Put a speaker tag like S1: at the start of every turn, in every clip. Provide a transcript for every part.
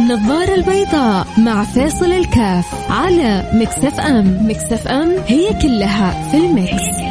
S1: النظارة البيضاء مع فاصل الكاف على ميكس اف ام. ميكس اف ام هي كلها في الميكس.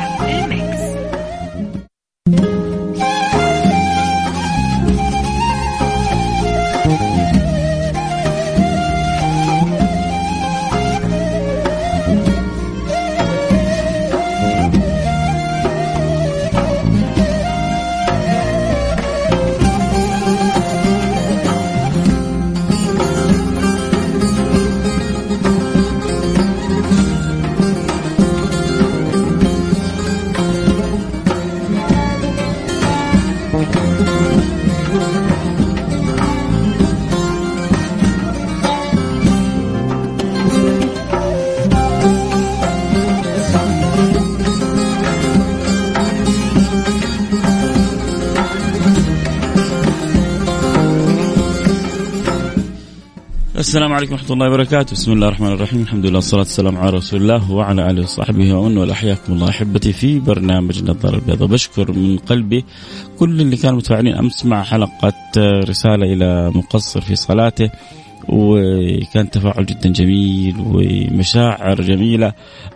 S2: السلام عليكم ورحمة الله وبركاته. بسم الله الرحمن الرحيم. الحمد لله والصلاة والسلام على رسول الله وعلى آله وصحبه ومن والاه. حياكم الله أحبتي في برنامج النظارة البيضاء. بشكر من قلبي كل اللي كانوا متفاعلين أمس مع حلقة رسالة إلى مقصر في صلاته، وكان تفاعل جدا جميل ومشاعر جميلة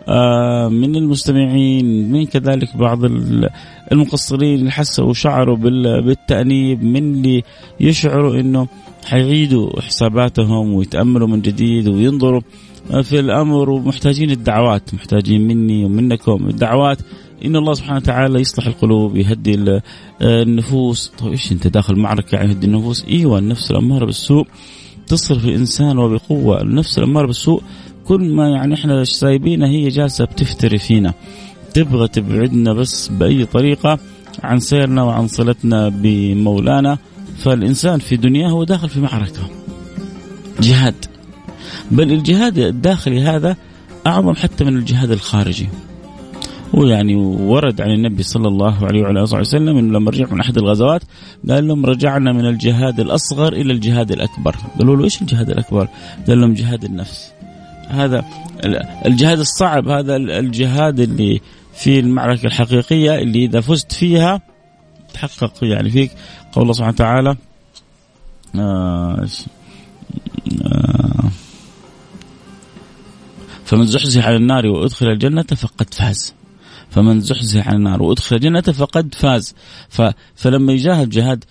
S2: من المستمعين، من كذلك بعض المقصرين اللي حسوا وشعروا بالتأنيب، من اللي يشعروا إنه حيعيدوا حساباتهم ويتأملوا من جديد وينظروا في الأمر، ومحتاجين الدعوات، محتاجين مني ومنكم الدعوات إن الله سبحانه وتعالى يصلح القلوب، يهدي النفوس. طيب إيش أنت داخل معركة يعني يهدي النفوس؟ إيوه، النفس الأمارة بالسوء تصرف الإنسان وبقوة. النفس الأمارة بالسوء كل ما يعني إحنا سايبينها هي جالسة بتفتري فينا، تبغى تبعدنا بس بأي طريقة عن سيرنا وعن صلتنا بمولانا. فالإنسان في دنياه هو داخل في معركة جهاد، بل الجهاد الداخلي هذا أعظم حتى من الجهاد الخارجي. ويعني ورد عن النبي صلى الله عليه وعلى آله وسلم إنه لما رجع من أحد الغزوات قال لهم رجعنا من الجهاد الأصغر إلى الجهاد الأكبر. قالوا له إيش الجهاد الأكبر؟ قال لهم جهاد النفس. هذا الجهاد الصعب، هذا الجهاد اللي في المعركة الحقيقية اللي إذا فزت فيها تحقق يعني فيك قول الله سبحانه وتعالى فمن زحزح على النار وأدخل الجنة فقد فاز. فمن زحزح على النار وأدخل الجنة فقد فاز. فلما يجاهد جهاد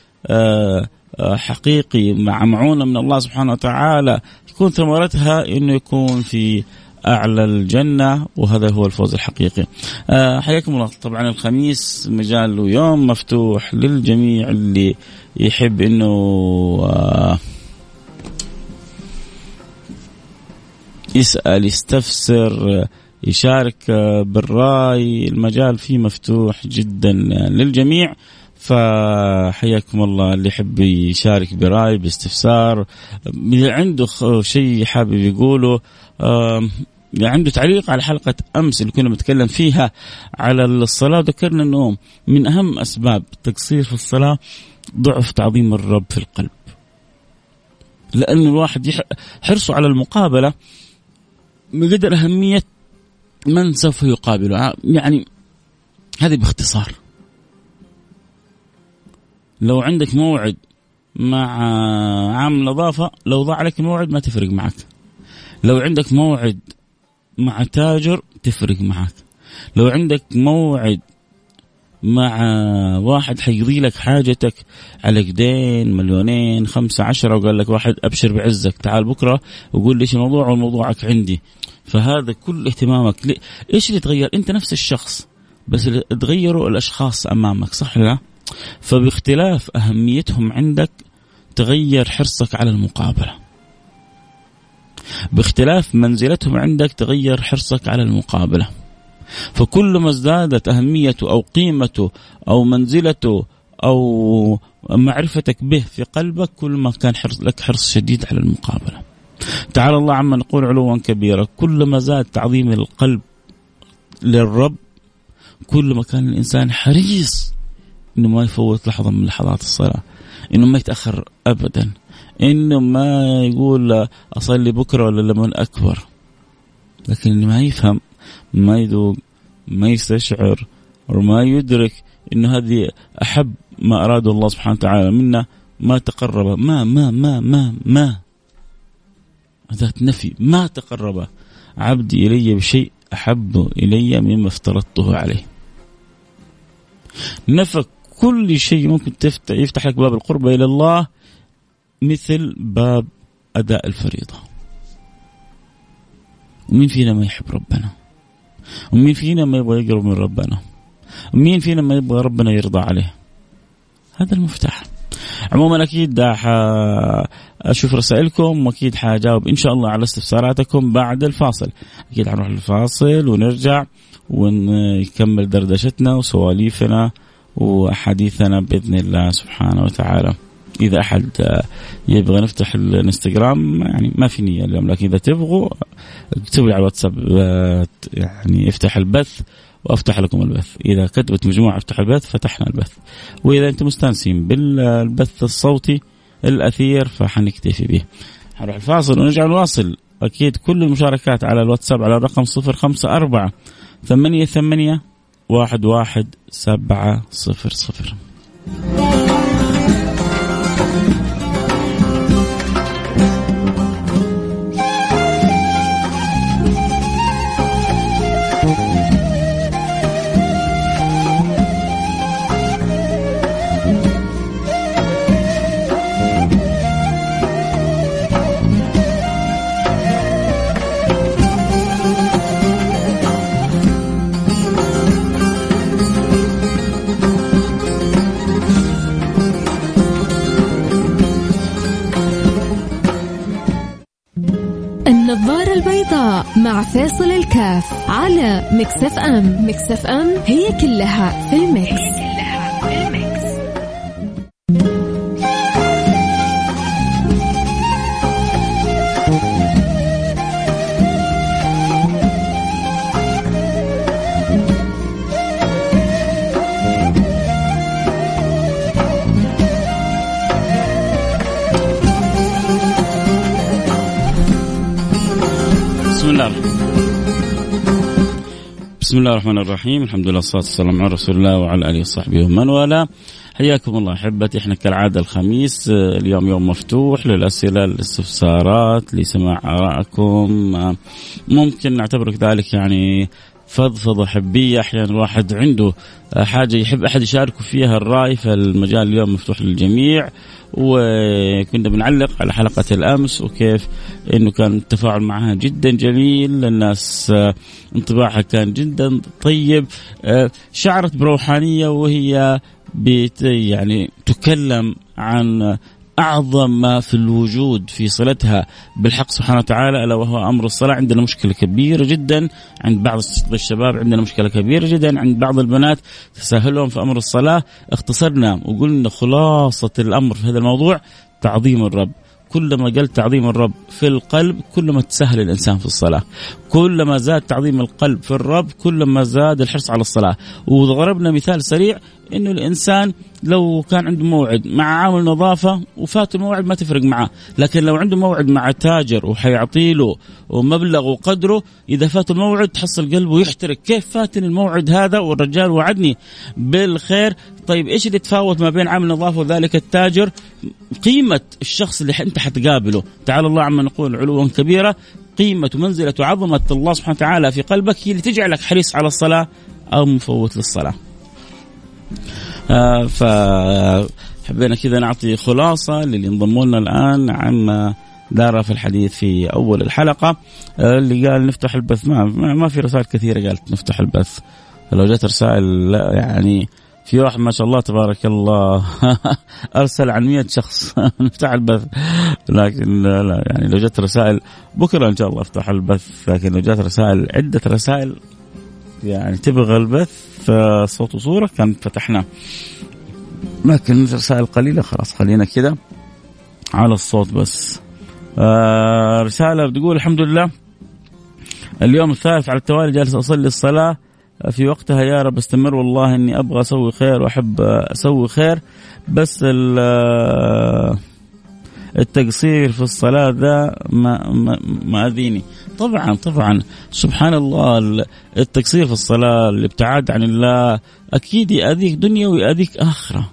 S2: حقيقي مع معونة من الله سبحانه وتعالى يكون ثمرتها إنه يكون في أعلى الجنة، وهذا هو الفوز الحقيقي. حياكم الله. طبعا الخميس مجال يوم مفتوح للجميع اللي يحب إنه يسأل، يستفسر، يشارك بالرأي. المجال فيه مفتوح جدا للجميع، فحياكم الله. اللي يحب يشارك برأي باستفسار، عنده شيء حابب يقوله، عنده تعليق على حلقة أمس اللي كنا بنتكلم فيها على الصلاة، ذكرنا أنه من أهم أسباب التقصير في الصلاة ضعف تعظيم الرب في القلب، لأن الواحد حرصه على المقابلة بقدر أهمية من سوف يقابله. يعني هذه باختصار. لو عندك موعد مع عامل نظافة، لو ضاع لك الموعد ما تفرق معك. لو عندك موعد مع تاجر تفرق معك. لو عندك موعد مع واحد حيقضي لك حاجتك على قدين مليونين 5 10 وقال لك واحد أبشر بعزك تعال بكرة وقول ليش الموضوع وموضوعك عندي. فهذا كل اهتمامك إيش اللي تغير؟ أنت نفس الشخص بس اللي تغيروا الأشخاص أمامك، صح لا؟ فباختلاف أهميتهم عندك تغير حرصك على المقابلة، باختلاف منزلتهم عندك تغير حرصك على المقابلة. فكل ما ازدادت أهميته أو قيمته أو منزلته أو معرفتك به في قلبك كل ما كان لك حرص شديد على المقابلة. تعالى الله عما نقول علوا كبيرا. كل ما زاد تعظيم القلب للرب كل ما كان الإنسان حريص إنه ما يفوت لحظة من لحظات الصلاة، إنه ما يتأخر أبدا، إنه ما يقول أصلي بكرة ولا لمن أكبر. لكن اللي ما يفهم، ما يذوق، ما يستشعر وما يدرك إنه هذه أحب ما أراد الله سبحانه وتعالى منا، ما تقرب، أداة نفي. ما تقرب عبدي إلي بشيء أحب إلي مما افترضته عليه. نفى كل شيء ممكن يفتح لك باب القربة إلى الله مثل باب أداء الفريضة. ومين فينا ما يحب ربنا؟ ومين فينا ما يبغى يقرب من ربنا؟ ومين فينا ما يبغى ربنا يرضى عليه؟ هذا المفتاح. عموما أكيد أشوف رسائلكم وأكيد حاجاوب إن شاء الله على استفساراتكم بعد الفاصل. أكيد حنروح للفاصل ونرجع ونكمل دردشتنا وسواليفنا وحديثنا بإذن الله سبحانه وتعالى. إذا أحد يبغى نفتح الانستغرام يعني ما في نية اليوم، لكن إذا تبغوا اكتبوا لي على الواتساب يعني افتح البث وأفتح لكم البث. إذا كتبت مجموعة افتح البث فتحنا البث، وإذا أنتم مستانسين بالبث الصوتي الأثير فحنكتفي به. حنروح الفاصل ونرجع نواصل. أكيد كل المشاركات على الواتساب على الرقم 0548811700.
S1: النظارة البيضاء مع فاصل الكاف على مكسف أم. مكسف أم هي كلها في المكس.
S2: بسم الله الرحمن الرحيم. الحمد لله والصلاة والسلام على رسول الله وعلى آله وصحبه ومن والاه. حياكم الله أحبتي. احنا كالعادة الخميس اليوم يوم مفتوح للأسئلة للاستفسارات لسماع آرائكم. ممكن نعتبره كذلك يعني فضفضة حبية. أحيانا الواحد عنده حاجة يحب أحد يشاركه فيها الرأي، فالمجال اليوم مفتوح للجميع. وكنا بنعلق على حلقة الأمس وكيف إنه كان التفاعل معها جدا جميل، الناس انطباعها كان جدا طيب، شعرت بروحانية وهي يعني تكلم عن أعظم ما في الوجود في صلتها بالحق سبحانه وتعالى، ألا وهو أمر الصلاة. عندنا مشكلة كبيرة جدا عند بعض الشباب، عندنا مشكلة كبيرة جدا عند بعض البنات تساهلهم في أمر الصلاة. اختصرنا وقلنا خلاصة الأمر في هذا الموضوع تعظيم الرب. كلما قلت تعظيم الرب في القلب كلما تسهل الإنسان في الصلاة، كلما زاد تعظيم القلب في الرب كلما زاد الحرص على الصلاة. وضربنا مثال سريع إنه الإنسان لو كان عنده موعد مع عامل نظافة وفات الموعد ما تفرق معه، لكن لو عنده موعد مع تاجر وحيعطي له ومبلغ وقدره، إذا فات الموعد تحصل قلبه يحترق، كيف فاتني الموعد هذا والرجال وعدني بالخير. طيب إيش اللي تفاوت ما بين عامل نظافة وذلك التاجر؟ قيمة الشخص اللي أنت حتقابله. تعالى الله عما نقول علوا كبيرة. قيمة ومنزلة وعظمة الله سبحانه وتعالى في قلبك هي اللي تجعلك حريص على الصلاة أو مفوت للصلاة. فحبينا كذا نعطي خلاصة للي انضموا لنا الآن عما دار في الحديث في أول الحلقة. اللي قال نفتح البث، ما في رسائل كثيرة قالت نفتح البث. لو جت رسائل لا يعني في واحد ما شاء الله تبارك الله أرسل عن 100 شخص نفتح البث، لكن لا يعني لو جت رسائل بكرة إن شاء الله افتح البث. لكن لو جت رسائل عدة رسائل يعني تبغى البث صوت وصورة كان فتحنا، لكن رسائل قليلة خلاص خلينا كده على الصوت بس. رسالة بتقول الحمد لله اليوم الثالث على التوالي جالس أصلي الصلاة في وقتها، يا رب استمر، والله إني أبغى أسوي خير وأحب أسوي خير، بس التقصير في الصلاة ذا ما أذيني. طبعا سبحان الله، التقصير في الصلاة، الابتعاد عن الله أكيد يأذيك دنيا ويأذيك آخرة.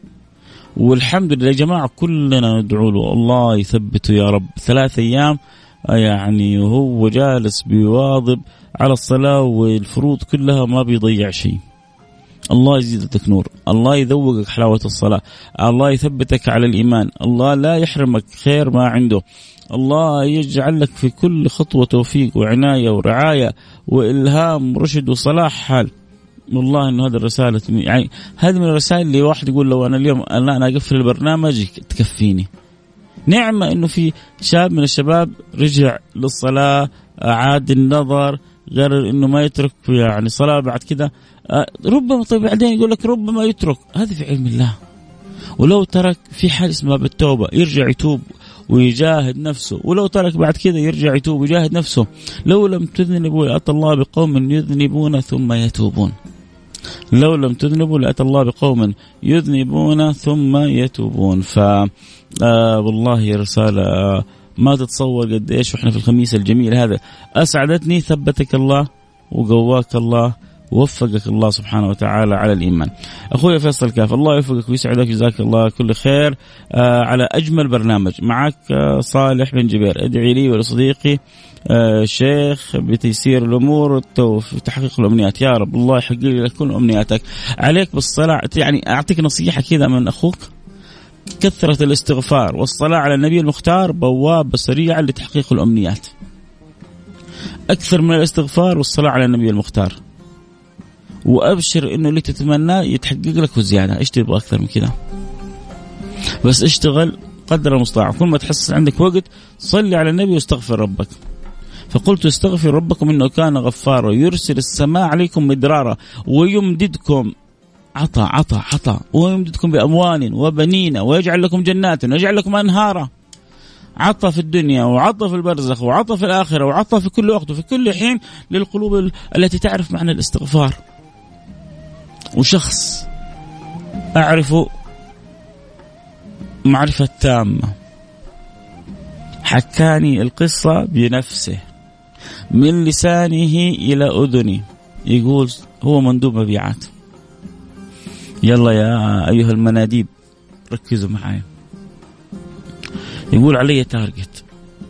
S2: والحمد لله يا جماعة كلنا ندعو له الله يثبته يا رب. 3 أيام يعني وهو جالس بيواظب على الصلاة والفروض كلها ما بيضيع شيء. الله يزيدك نور، الله يذوقك حلاوة الصلاة، الله يثبتك على الإيمان، الله لا يحرمك خير ما عنده، الله يجعل لك في كل خطوة توفيق وعناية ورعاية وإلهام ورشد وصلاح حال. والله إنه هذه الرسالة يعني هذه من الرسائل اللي واحد يقول لو أنا اليوم أنا أقفل البرنامج تكفيني. نعمة إنه في شاب من الشباب رجع للصلاة، عاد النظر، قرر إنه ما يترك يعني صلاة بعد كده. ربما طيب بعدين يقول لك ربما يترك، هذا في علم الله. ولو ترك في حال اسمها بالتوبة، يرجع يتوب ويجاهد نفسه، ولو ترك بعد كده يرجع يتوب ويجاهد نفسه. لو لم تذنبوا لأتى الله بقوم يذنبون ثم يتوبون. لو لم تذنبوا لأتى الله بقوم يذنبون ثم يتوبون. والله رسالة ما تتصور قد إيش. وإحنا في الخميس الجميل هذا أسعدتني. ثبتك الله وقواك الله ووفقك الله سبحانه وتعالى على الإيمان. أخوي فيصل كاف، الله يوفقك ويسعدك، جزاك الله كل خير على أجمل برنامج. معك صالح بن جبير، ادعي لي ولصديقي شيخ بتيسير الأمور وتحقيق الأمنيات يا رب. الله يحقق لك كل أمنياتك. عليك بالصلاة، يعني أعطيك نصيحة كذا من أخوك، كثرة الاستغفار والصلاة على النبي المختار بوابة سريعة لتحقيق الأمنيات. أكثر من الاستغفار والصلاة على النبي المختار، وأبشر إنه اللي تتمناه يتحقق لك وزيادة. إيش تبغى أكثر من كده؟ بس اشتغل قدر المستطاع. كل ما تحس عندك وقت صلي على النبي واستغفر ربك. فقلت استغفر ربكم إنه كان غفارا يرسل السماء عليكم مدرارا ويمددكم عطا ويمددكم بأموال وبنين ويجعل لكم جنات ويجعل لكم أنهارا. عطى في الدنيا وعطى في البرزخ وعطى في الآخرة وعطى في كل وقت وفي كل حين للقلوب التي تعرف معنى الاستغفار. وشخص أعرفه معرفة تامة حكاني القصة بنفسه من لسانه إلى أذني، يقول هو مندوب مبيعات. يلا يا أيها المناديب ركزوا معايا. يقول علي تارجت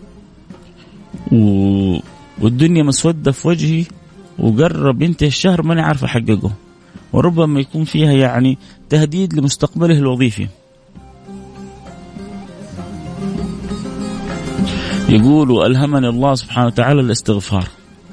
S2: والدنيا مسودة في وجهي وقرب ينتهي الشهر ماني عارف أحققه، وربما يكون فيها يعني تهديد لمستقبله الوظيفي. يقول وألهمني الله سبحانه وتعالى الاستغفار.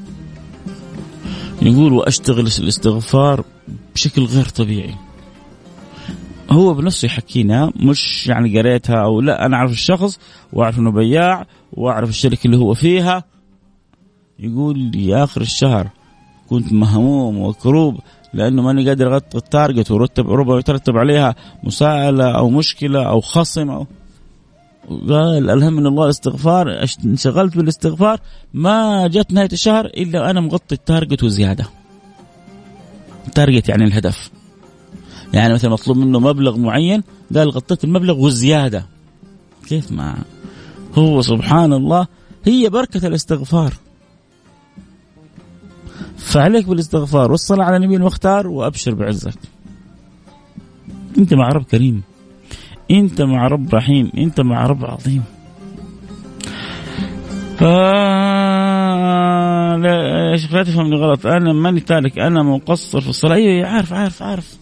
S2: يقول وأشتغل الاستغفار بشكل غير طبيعي. هو بنفسه يحكينا، مش يعني قريتها أو لا، أنا أعرف الشخص وأعرف أنه بياع وأعرف الشركة اللي هو فيها. يقول لي آخر الشهر كنت مهموم وكروب لأنه ماني قادر أغطي التارجت، وربما يترتب عليها مساءلة أو مشكلة أو خصم أو قال ألهمني الله الاستغفار. انشغلت بالاستغفار ما جت نهاية الشهر إلا أنا مغطي التارجت وزيادة. التارجت يعني الهدف، يعني مثلا مطلوب منه مبلغ معين قال غطيت المبلغ وزيادة. كيف ما هو سبحان الله، هي بركة الاستغفار. فعليك بالاستغفار والصلاة على النبي المختار وأبشر بعزك. أنت مع رب كريم، أنت مع رب رحيم، أنت مع رب عظيم. لا يا شيخ لا تفهمني غلط، أنا ماني تارك، أنا مقصر في الصلاة. أيوة عارف.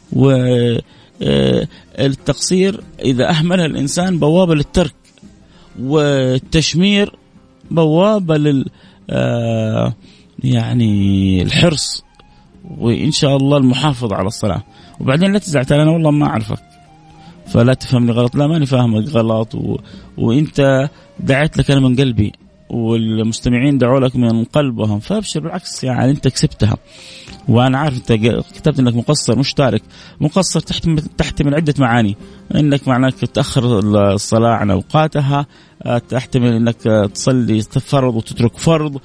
S2: والتقصير إذا أهملها الإنسان بوابة للترك، والتشمير بوابة لل يعني الحرص وإن شاء الله المحافظة على الصلاة. وبعدين لا تزعل أنا والله ما أعرفك فلا تفهمني غلط. لا ماني فاهمك غلط وإنت دعيت لك أنا من قلبي والمستمعين دعوا لك من قلبهم، فابشر بالعكس يعني أنت كسبتها. وأنا عارف أنت كتبت أنك مقصر مش تارك. مقصر تحتمل عدة معاني، أنك معناك تأخر الصلاة عن أوقاتها، تحتمل أنك تصلي فرض وتترك فرض،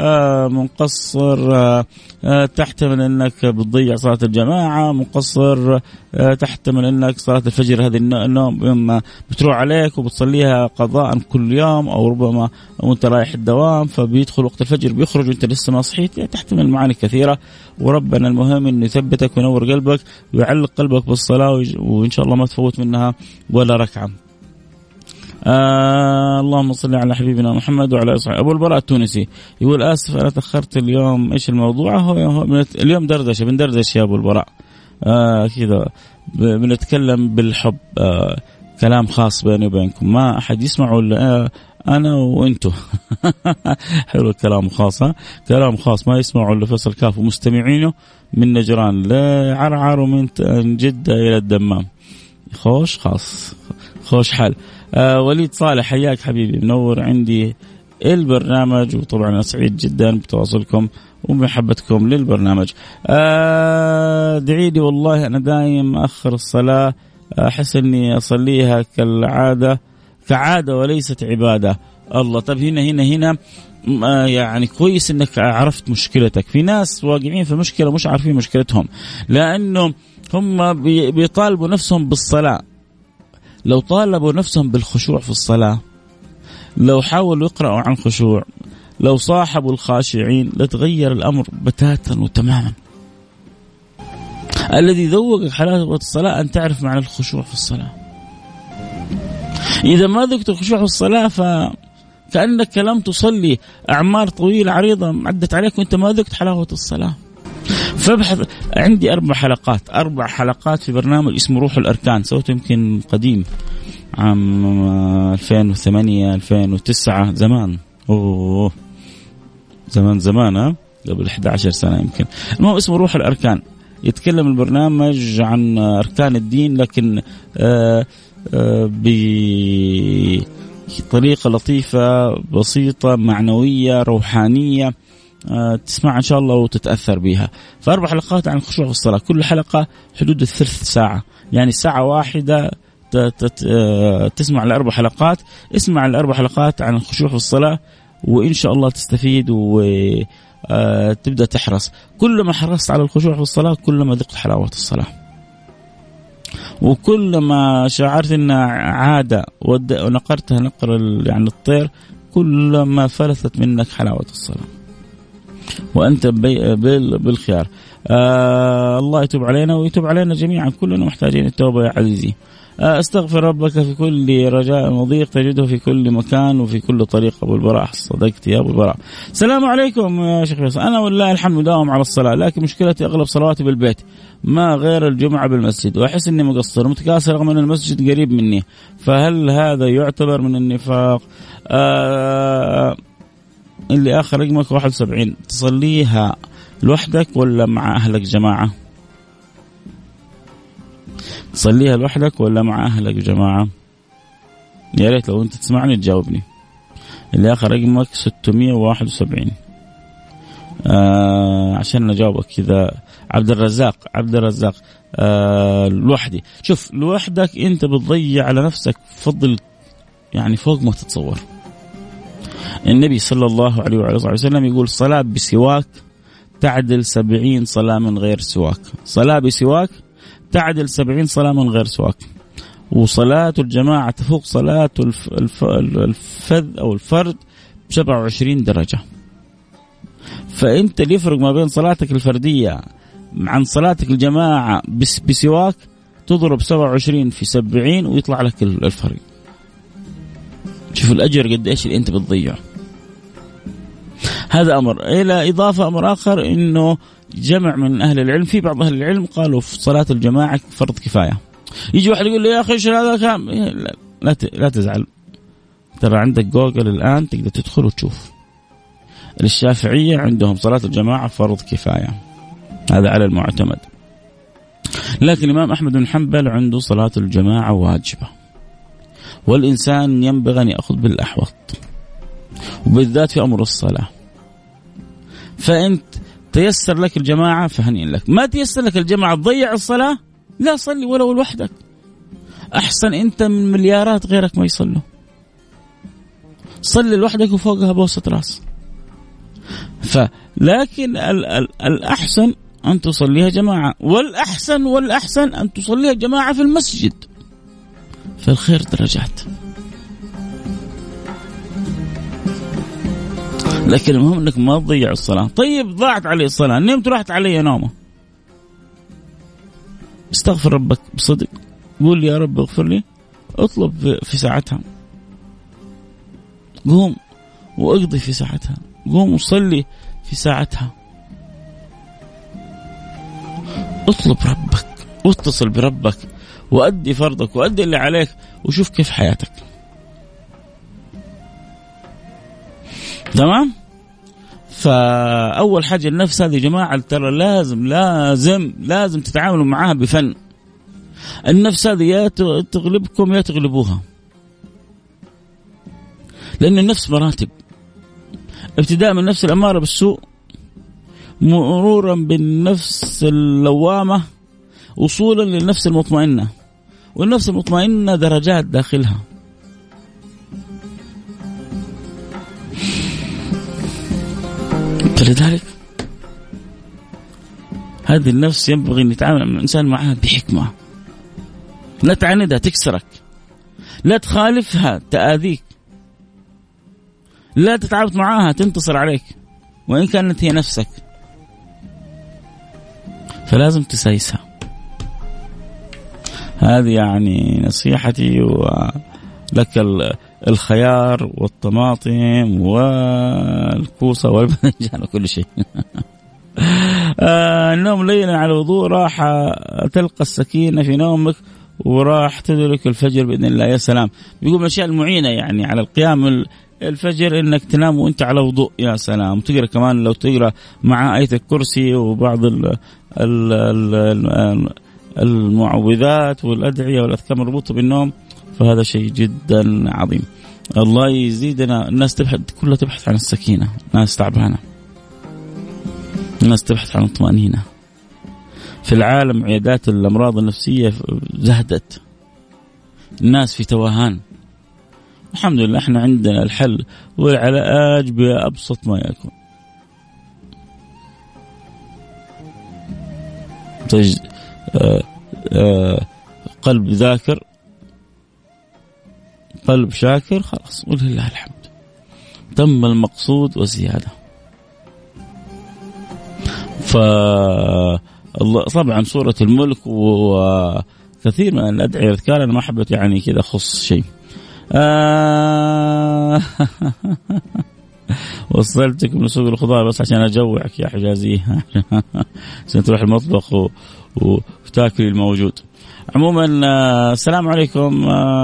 S2: مقصر تحتمل أنك بتضيع صلاة الجماعة، مقصر تحتمل أنك صلاة الفجر هذه النوم بتروح عليك وبتصليها قضاء كل يوم، أو ربما وانت رايح الدوام فبيدخل وقت الفجر بيخرج وانت لسه ما صحيت. تحتمل معاني كثيرة، وربنا المهم أنه يثبتك وينور قلبك ويعلق قلبك بالصلاة، وإن شاء الله ما تفوت منها ولا ركعة. اللهم صل على حبيبنا محمد وعلى اصحابه. ابو البراء التونسي يقول اسف انا تاخرت اليوم. ايش الموضوع؟ هو اليوم بندردش يا ابو البراء، كذا بنتكلم بالحب، كلام خاص بيني وبينكم، ما احد يسمعه الا انا وانتو. حلو الكلام خاص، كلام خاص ما يسمعه الا فيصل كاف ومستمعينه من نجران لعرعر ومن جدة الى الدمام. خوش خاص، خوش حال. وليد صالح حياك حبيبي، منور عندي البرنامج، وطبعا أنا سعيد جدا بتواصلكم ومحبتكم للبرنامج. ادعي لي والله أنا دايم أخر الصلاة، أحس أني أصليها كعادة وليست عبادة. الله، طب هنا يعني كويس أنك عرفت مشكلتك. في ناس واقعين في مشكلة مش عارفين مشكلتهم، لأنه هم بيطالبوا نفسهم بالصلاة. لو طالبوا نفسهم بالخشوع في الصلاة، لو حاولوا يقرأوا عن خشوع، لو صاحبوا الخاشعين، لتغير الأمر بتاتا وتماما. الذي ذوقك حلاوة الصلاة أن تعرف معنى الخشوع في الصلاة. إذا ما ذقت الخشوع في الصلاة فكأنك لم تصلي، أعمار طويلة عريضة عدت عليك وأنت ما ذقت حلاوة الصلاة. فابحث. عندي 4 حلقات في برنامج اسمه روح الأركان، سويته يمكن قديم عام 2008 2009، زمان زمان قبل 11 سنة يمكن. المهم اسمه روح الأركان، يتكلم البرنامج عن أركان الدين، لكن بطريقة لطيفة بسيطة معنوية روحانية، تسمع إن شاء الله وتتأثر بها. ف4 حلقات عن الخشوع في الصلاة، كل حلقة حدود 3 ساعة، يعني ساعة واحدة تسمع ال4 حلقات. اسمع ال4 حلقات عن الخشوع في الصلاة، وإن شاء الله تستفيد وتبدأ تحرص. كلما حرصت على الخشوع في الصلاة كلما ذقت حلاوة الصلاة، وكلما شعرت أن عادة ونقرتها نقر يعني الطير، كلما فلتت منك حلاوة الصلاة وأنت بالخيار. الله يتوب علينا ويتوب علينا جميعا، كلنا محتاجين التوبة يا عزيزي. استغفر ربك في كل رجاء وضيق، تجده في كل مكان وفي كل طريق. أبو البراء، صدقت يا أبو البراء. السلام عليكم يا شيخ فيصل. أنا والله الحمد داوم على الصلاة، لكن مشكلتي أغلب صلواتي بالبيت ما غير الجمعة بالمسجد، وأحس إني مقصر متكاسل رغم أن المسجد قريب مني، فهل هذا يعتبر من النفاق؟ اللي آخر رقمك 71، تصليها لوحدك ولا مع أهلك جماعة؟ تصليها لوحدك ولا مع أهلك جماعة؟ يا ريت لو أنت تسمعني تجاوبني. اللي آخر رقمك 671 عشان نجاوبك كذا. عبد الرزاق لوحدي. شوف، لوحدك أنت بتضيع على نفسك فضل يعني فوق ما تتصور. النبي صلى الله عليه وعلى اله وسلم يقول صلاة بسواك تعدل 70 صلاة من غير سواك. صلاة بسواك تعدل 70 صلاة من غير سواك. وصلاة الجماعة تفوق صلاة الفذ أو الفرد 27 درجة. فأنت اللي يفرق ما بين صلاتك الفردية عن صلاتك الجماعة بسواك تضرب 27 في 70 ويطلع لك الفرق. شوف الأجر قد إيش اللي أنت بتضيعه. هذا أمر. إلى إضافة أمر آخر، إنه جمع من أهل العلم، في بعض أهل العلم قالوا في صلاة الجماعة فرض كفاية. يجي واحد يقول لي يا أخي إيش هذا كلام؟ لا تزعل، ترى عندك جوجل الآن تقدر تدخل وتشوف. الشافعية عندهم صلاة الجماعة فرض كفاية، هذا على المعتمد. لكن الإمام أحمد بن حنبل عنده صلاة الجماعة واجبة، والإنسان ينبغي أن يأخذ بالأحوط، وبالذات في أمر الصلاة. فأنت تيسر لك الجماعة فهنيئا لك، ما تيسر لك الجماعة تضيع الصلاة، لا صلي ولو لوحدك. أحسن أنت من مليارات غيرك ما يصلوا. صلي لوحدك وفوقها بوسة راس. لكن الأحسن أن تصليها جماعة، والأحسن أن تصليها جماعة في المسجد، فالخير درجات. لكن المهم أنك ما تضيع الصلاة. طيب ضاعت علي الصلاة، نمت راحت علي نومه، استغفر ربك بصدق، قول يا رب اغفر لي، اطلب في ساعتها. قوم واقضي في ساعتها، قوم وصلي في ساعتها، اطلب ربك واتصل بربك وأدي فرضك وأدي اللي عليك وشوف كيف حياتك. تمام؟ فأول حاجة النفس هذه يا جماعة ترى لازم تتعاملوا معها بفن. النفس هذه يا تغلبكم يا تغلبوها، لأن النفس مراتب، ابتداء من النفس الأمارة بالسوء، مرورا بالنفس اللوامة، وصولا للنفس المطمئنة، والنفس المطمئنة درجات داخلها. فلذلك هذه النفس ينبغي أن يتعامل الإنسان معها بحكمة، لا تعاندها تكسرك، لا تخالفها تآذيك، لا تتعامل معها تنتصر عليك وإن كانت هي نفسك. فلازم تسايسها. هذه يعني نصيحتي، ولك الخيار والطماطم والكوسة والباذنجان وكل شيء. النوم ليلا على وضوء راح تلقى السكينة في نومك وراح تدرك الفجر بإذن الله. يا سلام. بيقول من الأشياء المعينة يعني على القيام الفجر إنك تنام وإنت على وضوء. يا سلام. تقرأ كمان لو تقرأ مع آية الكرسي وبعض المعوذات والأدعية والأذكار المربوطة بالنوم، فهذا شيء جدا عظيم. الله يزيدنا. الناس كلها تبحث عن السكينة، ناس تعبانة، الناس تبحث عن الطمأنينة. في العالم عيادات الأمراض النفسية زهدت، الناس في توهان. الحمد لله احنا عندنا الحل والعلاج بأبسط ما يكون. قلب ذاكر، قلب شاكر، خلاص ولله الحمد، تم المقصود وزيادة. فالله طبعا سورة الملك وكثير من الأدعية والأذكار أنا ما حبيت يعني كذا خص شيء. وصلتك من سوق الخضار بس عشان أجوعك يا حجازي عشان تروح المطبخ وتاكل الموجود. عموما السلام عليكم.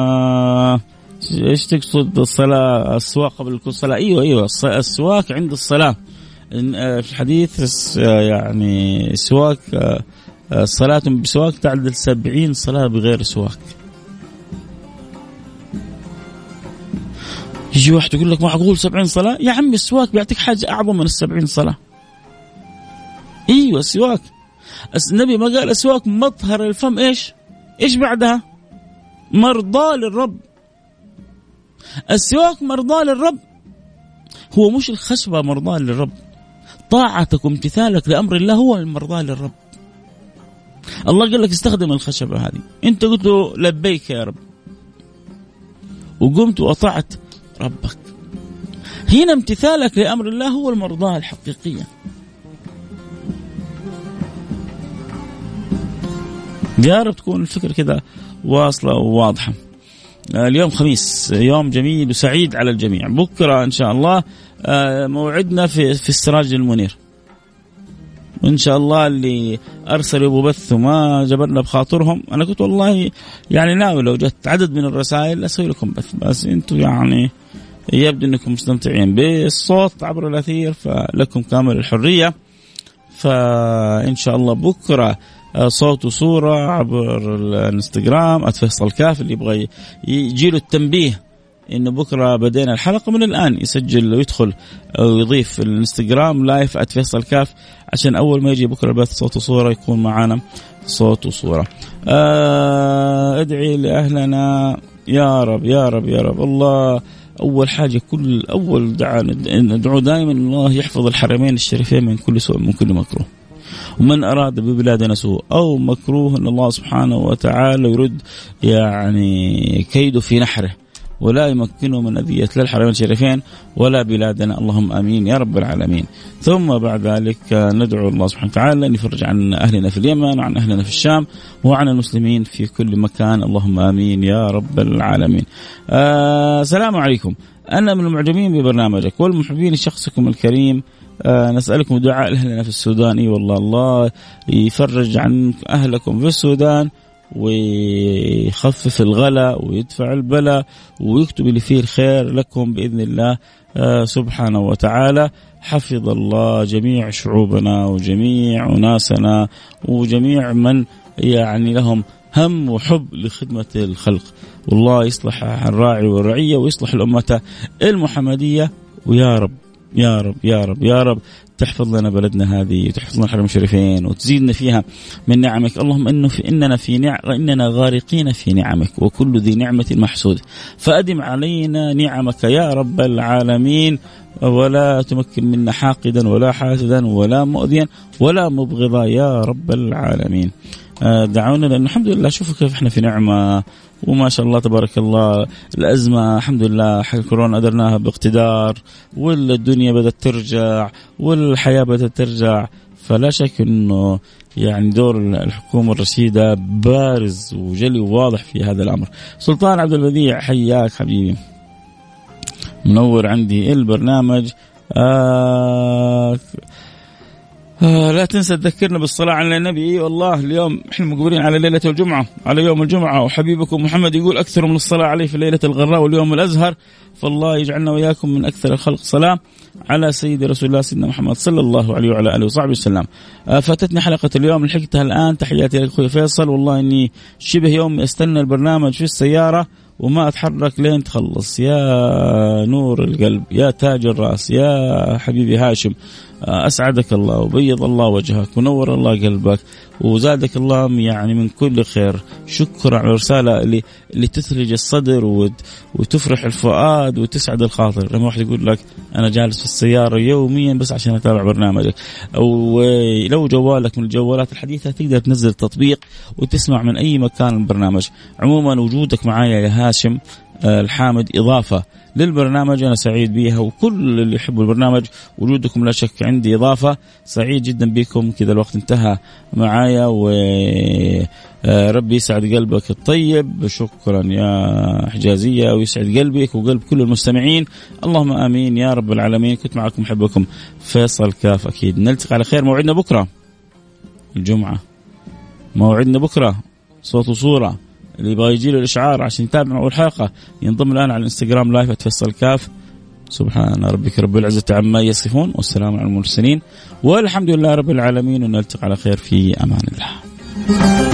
S2: ايش تقصد الصلاة السواك قبل كل صلاة؟ ايوه السواك عند الصلاة. في الحديث يعني سواك صلاة بسواك تعدل 70 صلاة بغير سواك. يجي واحد يقول لك معقول 70 صلاة؟ يا عمي السواك بيعطيك حاجة أعظم من 70 صلاة. ايوه السواك، النبي ما قال السواك مطهر الفم، ايش بعدها؟ مرضى للرب. السواك مرضى للرب، هو مش الخشبة مرضى للرب، طاعتك وامتثالك لأمر الله هو المرضى للرب. الله قال لك استخدم الخشبة هذه، انت قلت له لبيك يا رب وقمت وأطعت ربك، هنا امتثالك لأمر الله هو المرضى الحقيقية. يا رب تكون الفكرة كذا واصلة وواضحة. اليوم خميس، يوم جميل وسعيد على الجميع. بكرة إن شاء الله موعدنا في السراج المنير، وإن شاء الله اللي أرسلوا ببث وما جبرنا بخاطرهم، أنا كنت والله يعني ناوي لو جت عدد من الرسائل أسوي لكم بث، بس أنتم يعني يبدو أنكم مستمتعين بالصوت عبر الأثير، فلكم كامل الحرية. فإن شاء الله بكرة صوت وصورة عبر الانستغرام @فيصل كاف. اللي يبغى يجيله التنبيه إنه بكرة بدينا الحلقة من الآن يسجل ويدخل أو يضيف الانستغرام لايف @فيصل كاف عشان أول ما يجي بكرة البث صوت وصورة يكون معانا صوت وصورة. ادعي لأهلنا يا رب يا رب يا رب. الله أول حاجة أول ندعو دائما الله يحفظ الحرمين الشريفين من كل سوء من كل مكروه، ومن أراد ببلادنا سوء أو مكروه أن الله سبحانه وتعالى يرد يعني كيده في نحره ولا يمكنه من أذية لا الحرمين الشريفين ولا بلادنا، اللهم آمين يا رب العالمين. ثم بعد ذلك ندعو الله سبحانه وتعالى أن يفرج عن أهلنا في اليمن وعن أهلنا في الشام وعن المسلمين في كل مكان، اللهم آمين يا رب العالمين. السلام عليكم، أنا من المعجبين ببرنامجك والمحبين لشخصكم الكريم. نسألكم دعاء أهلنا في السودان. إي والله الله يفرج عن أهلكم في السودان ويخفف الغلا ويدفع البلاء ويكتب اللي فيه الخير لكم بإذن الله سبحانه وتعالى. حفظ الله جميع شعوبنا وجميع أناسنا وجميع من يعني لهم هم وحب لخدمة الخلق، والله يصلح الراعي والرعية ويصلح الأمة المحمدية. ويا رب يا رب يا رب يا رب تحفظ لنا بلدنا هذه وتحفظ لنا الحرمين الشريفين وتزيدنا فيها من نعمك. اللهم إننا غارقين في نعمك وكل ذي نعمة محسود، فأدم علينا نعمك يا رب العالمين، ولا تمكن منا حاقدا ولا حاسدا ولا مؤذيا ولا مبغضا يا رب العالمين. دعونا، لأنه الحمد لله شوفوا كيف احنا في نعمة وما شاء الله تبارك الله. الأزمة الحمد لله حق كورونا قدرناها باقتدار، والدنيا بدأت ترجع والحياة بدأت ترجع، فلا شك أنه يعني دور الحكومة الرشيدة بارز وجلي وواضح في هذا الأمر. سلطان عبد البديع حياك حبيبي، منور عندي البرنامج. لا تنسى تذكرنا بالصلاة على النبي. والله اليوم احنا مقبلين على ليلة الجمعة، على يوم الجمعة، وحبيبكم محمد يقول أكثر من الصلاة عليه في ليلة الغراء واليوم الأزهر، فالله يجعلنا وياكم من أكثر الخلق صلاة على سيد رسول الله سيدنا محمد صلى الله عليه وعلى آله وصحبه وسلم. فاتتني حلقة اليوم لحقتها الآن. تحياتي لك أخوي فيصل، والله إني شبه يوم استنى البرنامج في السيارة وما أتحرك لين تخلص. يا نور القلب، يا تاج الرأس، يا حبيبي هاشم، أسعدك الله وبيض الله وجهك ونور الله قلبك وزادك الله يعني من كل خير. شكرا على الرسالة اللي تثلج الصدر وتفرح الفؤاد وتسعد الخاطر. لما واحد يقول لك أنا جالس في السيارة يوميا بس عشان أتابع برنامجك، أو لو جوالك من الجوالات الحديثة تقدر تنزل تطبيق وتسمع من أي مكان البرنامج. عموما وجودك معايا يا هاشم الحامد إضافة للبرنامج، أنا سعيد بيها، وكل اللي يحبوا البرنامج وجودكم لا شك عندي إضافة. سعيد جدا بكم. كذا الوقت انتهى معايا، وربي يسعد قلبك الطيب. شكرا يا حجازية، ويسعد قلبك وقلب كل المستمعين، اللهم آمين يا رب العالمين. كنت معكم محبكم فيصل كاف. أكيد نلتقي على خير. موعدنا بكرة الجمعة، موعدنا بكرة صوت وصورة. اللي يبغى يجي له الإشعار عشان يتابع أول حلقة ينضم الآن على الانستغرام لايف @فيصل كاف. سبحان ربك رب العزة عما يصفون، والسلام على المرسلين، والحمد لله رب العالمين، ونلتقي على خير في أمان الله.